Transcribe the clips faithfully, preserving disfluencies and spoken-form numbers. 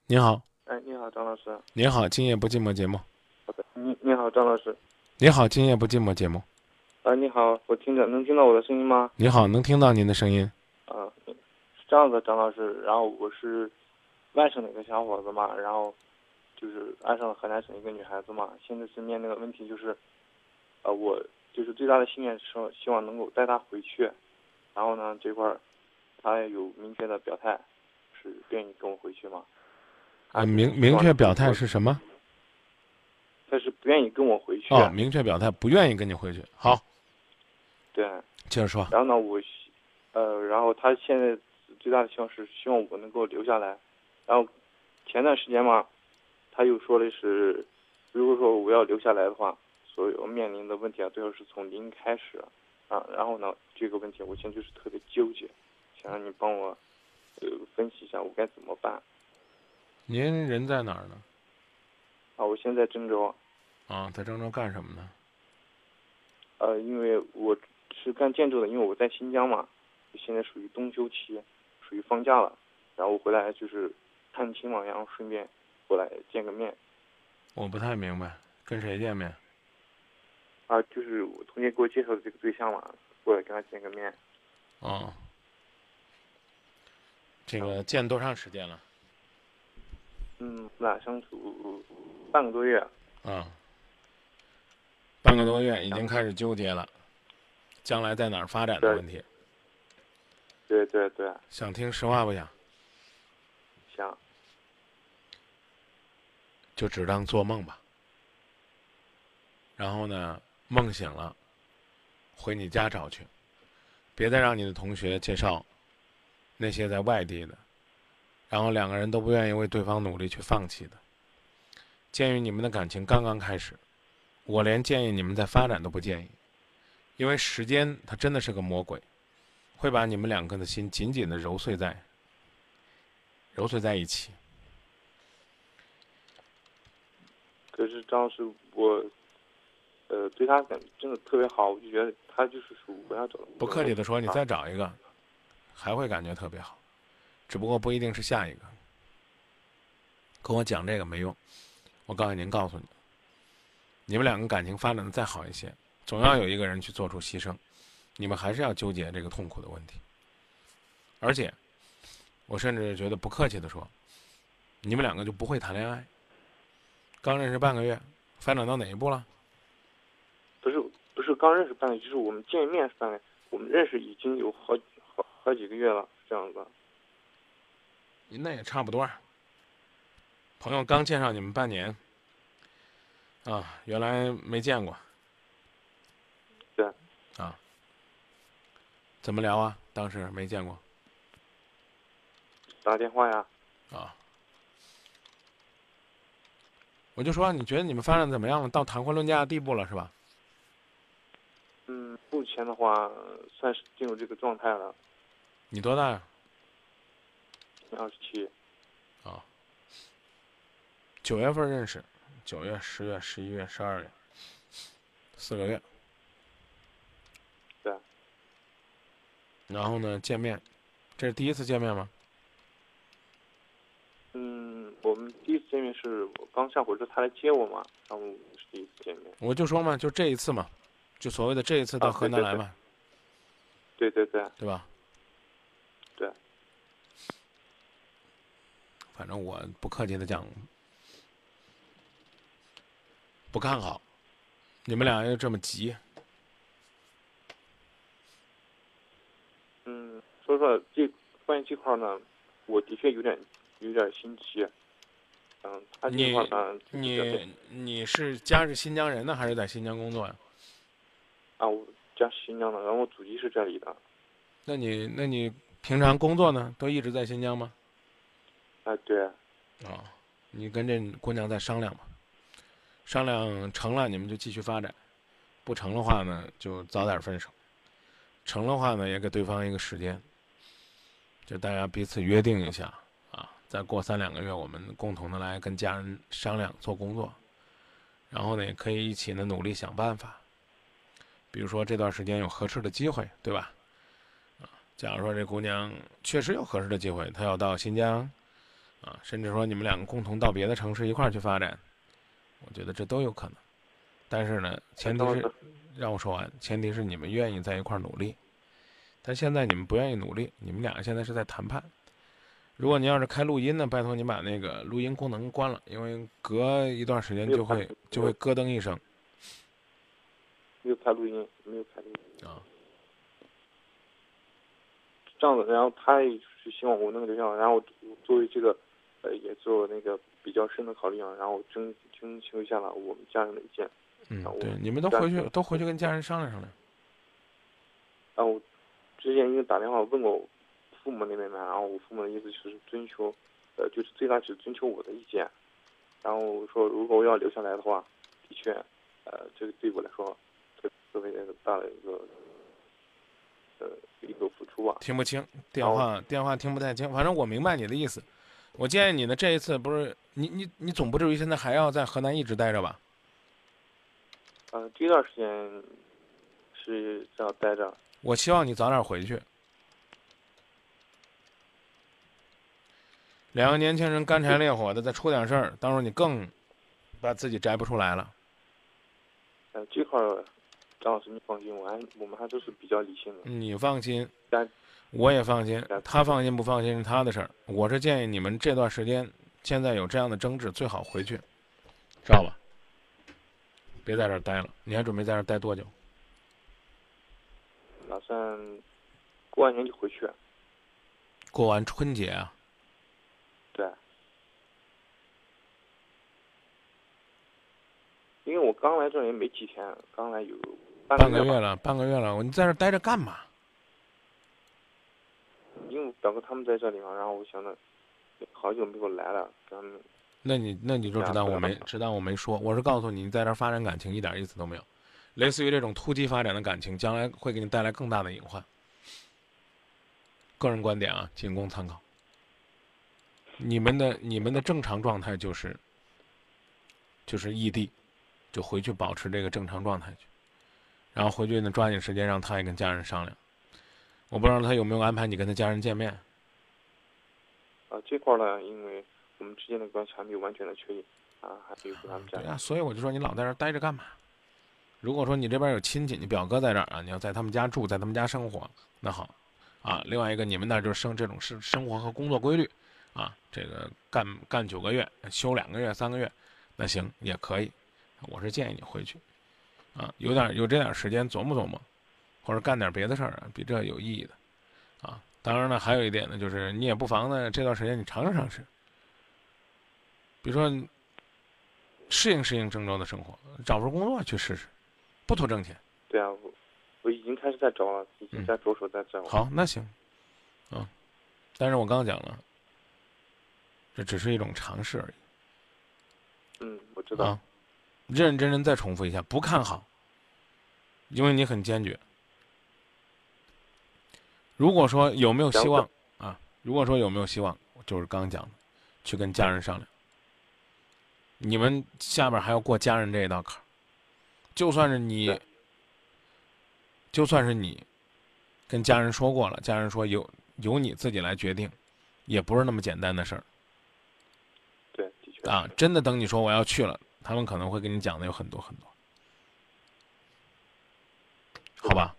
您好。 哎，你好，张老师。 您好，今夜不寂寞节目。 好的，你你好，张老师。 您好，今夜不寂寞节目。 啊，你好，我听着，能听到我的声音吗？ 您好，能听到您的声音。 啊，是这样子，张老师。然后我是外省的一个小伙子嘛，然后就是爱上了河南省一个女孩子嘛。现在是面临的问题就是，呃，我就是最大的心愿是说希望能够带她回去。然后呢，这块儿她也有明确的表态，是愿意跟我回去嘛。 呃， 她就是明明希望能够确表态我， 是什么？ 她是不愿意跟我回去。 哦，明确表态不愿意跟你回去。好， 对。 接着说。 然后呢，我希，呃，然后他现在最大的希望是希望我能够留下来。然后前段时间嘛，他又说的是，如果说我要留下来的话，所有面临的问题啊，最好是从零开始啊。然后呢，这个问题我现在就是特别纠结，想让你帮我呃分析一下我该怎么办您人在哪儿呢？ 啊。我现在郑州。 啊，在郑州干什么呢？ 呃，因为我是干建筑的，因为我在新疆嘛，现在属于冬休期，属于放假了，然后我回来就是探亲嘛，然后顺便过来见个面。 我不太明白，跟谁见面？ 啊，就是我同学给我介绍的这个对象嘛，过来跟他见个面。 哦，这啊， 个见多长时间了？ 嗯，我俩相处半个多月。 啊，半个多月已然后经开始纠结了，将来在哪儿发展的对问题。 对对对， 想听实话不想？ 行。 就只当做梦吧。然后呢，梦醒了，回你家找去，别再让你的同学介绍那些在外地的，然后两个人都不愿意为对方努力去放弃的。鉴于你们的感情刚刚开始，我连建议你们再发展都不建议，因为时间它真的是个魔鬼，会把你们两个的心紧紧的揉碎在揉碎在一起。 可是张老师，我呃对他感真的特别好，我就觉得他就是属于我要找的不客气的说，你啊。 再找一个，还会感觉特别好，只不过不一定是下一个。跟我讲这个没用，我告诉您，告诉你，你们两个感情发展的再好一些，总要有一个人去做出牺牲，你们还是要纠结这个痛苦的问题。而且，我甚至觉得不客气的说，你们两个就不会谈恋爱。刚认识半个月，发展到哪一步了？ 不是不是刚认识半个月，就是我们见面是半个月，我们认识已经有好好好几个月了，这样子。 那也差不多。朋友刚介绍你们半年，啊，原来没见过。 对。 啊，怎么聊啊？当时没见过。 打电话呀。 啊，我就说你觉得你们发展怎么样了？到谈婚论嫁的地步了是吧？ 嗯，目前的话算是进入这个状态了。 你多大呀？ 二十七。 啊，九月份认识，九月、十月、十一月、十二月，四个月。 对。 然后呢，见面，这是第一次见面吗？ 嗯，我们第一次见面是我刚下火车，他来接我嘛，然后是第一次见面。 我就说嘛，就这一次嘛，就所谓的这一次到啊，对对对。 河南来嘛， 对对对。 对吧？ 对。 反正我不客气的讲，不看好，你们俩又这么急。 嗯，说实话，这关于这块呢，我的确有点有点心急。嗯，他这块你呢，就是你你是家是新疆人呢，还是在新疆工作呀？ 啊，我家是新疆的，然后我祖籍是这里的。 那你那你平常工作呢，都一直在新疆吗？ 啊，对。 啊，你跟这姑娘再商量吧，商量成了你们就继续发展，不成的话呢就早点分手，成的话呢也给对方一个时间，就大家彼此约定一下啊，再过三两个月我们共同的来跟家人商量做工作，然后呢也可以一起呢努力想办法，比如说这段时间有合适的机会，对吧？啊，假如说这姑娘确实有合适的机会，她要到新疆啊，甚至说你们两个共同到别的城市一块儿去发展，我觉得这都有可能。但是呢，前提是让我说完，前提是你们愿意在一块儿努力。但现在你们不愿意努力，你们俩个现在是在谈判。如果你要是开录音呢，拜托你把那个录音功能关了，因为隔一段时间就会就会咯噔一声。 没有开录音，没有开录音啊。 这样子，然后他也是希望我能留下来，然后作为这个，呃，也做那个比较深的考虑啊，然后征征求一下了我们家人的意见。 嗯，对，你们都回去都回去跟家人商量商量。 然后之前已经打电话问过父母那边嘛，然后我父母的意思就是征求，呃，就是最大只征求我的意见，然后说如果我要留下来的话，的确，呃，这个对我来说特特别大的一个，呃，一个付出吧。 听不清，电话电话听不太清，反正我明白你的意思。我建议你呢，这一次不是你你你总不至于现在还要在河南一直待着吧？ 呃，这段时间是这样待着。 我希望你早点回去。两个年轻人干柴烈火的，再出点事儿，到时候你更把自己摘不出来了。 呃，这块儿，张老师你放心，我还我们还都是比较理性的。 你放心， 但我也放心。他放心不放心是他的事儿。我是建议你们这段时间现在有这样的争执，最好回去，知道吧？别在这儿待了。你还准备在这儿待多久？ 打算过完年就回去。 过完春节啊？ 对。因为我刚来这儿也没几天，刚来有半半个月了，半个月了，你在这儿待着干嘛？ 因为我表哥他们在这里嘛，然后我想着，好久没有来了，他们。 那你那你就知道我没知道我没说，我是告诉你，你在这儿发展感情一点意思都没有，类似于这种突击发展的感情，将来会给你带来更大的隐患。个人观点啊，仅供参考。你们的你们的正常状态就是就是异地，就回去保持这个正常状态去，然后回去呢抓紧时间让他也跟家人商量。我不知道他有没有安排你跟他家人见面。 啊，这块呢，因为我们之间的关系还没有完全的确立啊，还没有跟他们家人。 对啊，所以我就说你老在这儿待着干嘛？如果说你这边有亲戚，你表哥在这儿啊，你要在他们家住，在他们家生活，那好，啊，另外一个你们那儿就是生这种生生活和工作规律，啊，这个干干九个月，休两个月、三个月，那行也可以。我是建议你回去，啊，有点有这点时间琢磨琢磨，或者干点别的事儿啊，比这有意义的，啊，当然呢，还有一点呢，就是你也不妨呢这段时间你尝试尝试，比如说适应适应郑州的生活，找份工作去试试。不图挣钱。 对啊，我我已经开始在找了，已经在着手在找了。 嗯、好，那行，啊，但是我刚刚讲了，这只是一种尝试而已。 嗯，我知道。 啊，认认真真再重复一下，不看好，因为你很坚决。如果说有没有希望啊？如果说有没有希望，就是刚刚讲的，去跟家人商量。你们下边还要过家人这一道坎儿。就算是你，就算是你跟家人说过了，家人说由由你自己来决定，也不是那么简单的事儿。 对，的确。 啊，真的等你说我要去了，他们可能会跟你讲的有很多很多，好吧？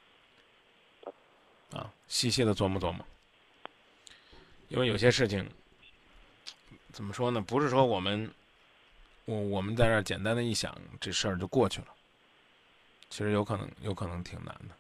啊，细细的琢磨琢磨，因为有些事情怎么说呢？不是说我们。我我们在这儿简单的一想，这事儿就过去了。其实有可能，有可能挺难的。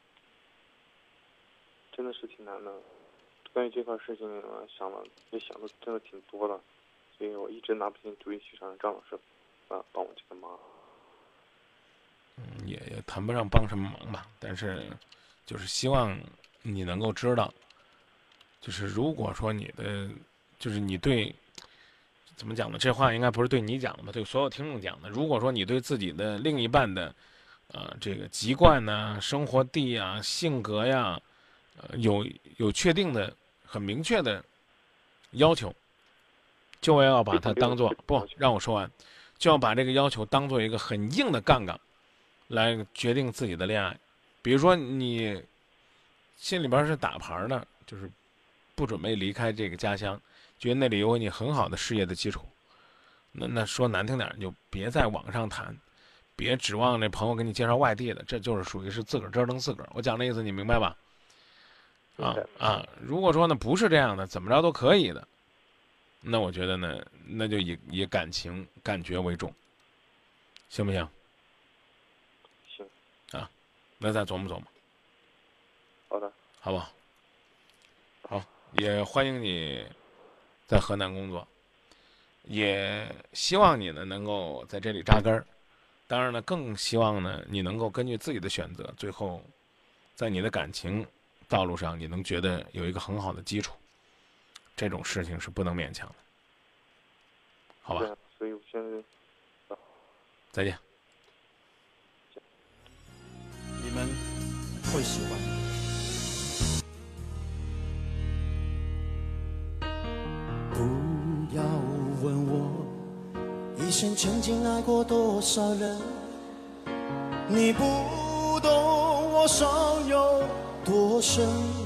真的是挺难的。关于这块事情，我想了也想的真的挺多的，所以我一直拿不定主意去让张老师啊帮我这个忙。 嗯，也也谈不上帮什么忙吧，但是就是希望你能够知道，就是如果说你的，就是你对。怎么讲呢？这话应该不是对你讲的吧？对所有听众讲的。如果说你对自己的另一半的，呃，这个籍贯呐、生活地呀、性格呀，呃，有有确定的、很明确的要求，就要把它当做不让我说完，就要把这个要求当做一个很硬的杠杠，来决定自己的恋爱。比如说你心里边是打牌的，就是不准备离开这个家乡。 觉得那里有你很好的事业的基础。那那说难听点，你就别在网上谈，别指望那朋友给你介绍外地的，这就是属于是自个儿折腾自个儿。我讲的意思你明白吧？啊啊，如果说呢不是这样的，怎么着都可以的，那我觉得呢，那就以以感情感觉为重，行不行？ 行。 啊，那再琢磨琢磨。 好的。 好不好？好，也欢迎你在河南工作，也希望你呢能够在这里扎根儿。当然呢，更希望呢你能够根据自己的选择，最后在你的感情道路上，你能觉得有一个很好的基础。这种事情是不能勉强的，好吧？ 所以我现在， 再见。 你们会喜欢。 不要问我一生曾经爱过多少人，你不懂我伤有多深。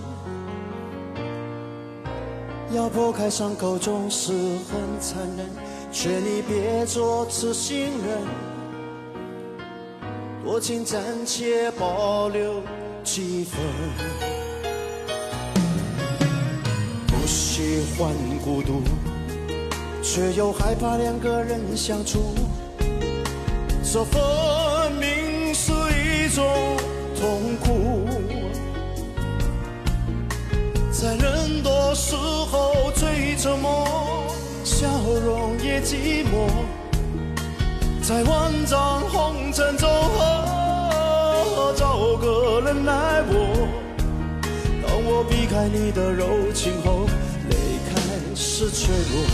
要剖开伤口总是很残忍，劝你别做痴心人，多情暂且保留几分。不喜欢孤独，却又害怕两个人相处，这分明是一种痛苦。在人多时候最折磨，笑容也寂寞。在万丈红尘中，找个人来握。当我避开你的柔情后，泪开始坠落。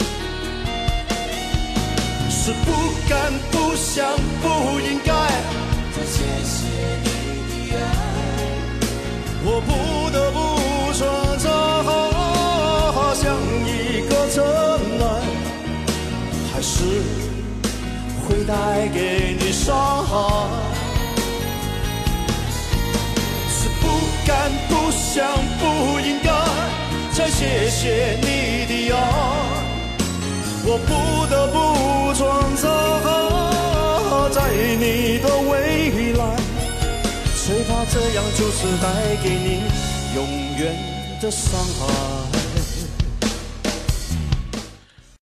是不敢不想不应该，再谢谢你的爱，我不得不选择像一个真爱，还是会带给你伤害。是不敢不想不应该，才谢谢你的爱，我不得不选择在你的未来，最怕这样就是带给你永远的伤害。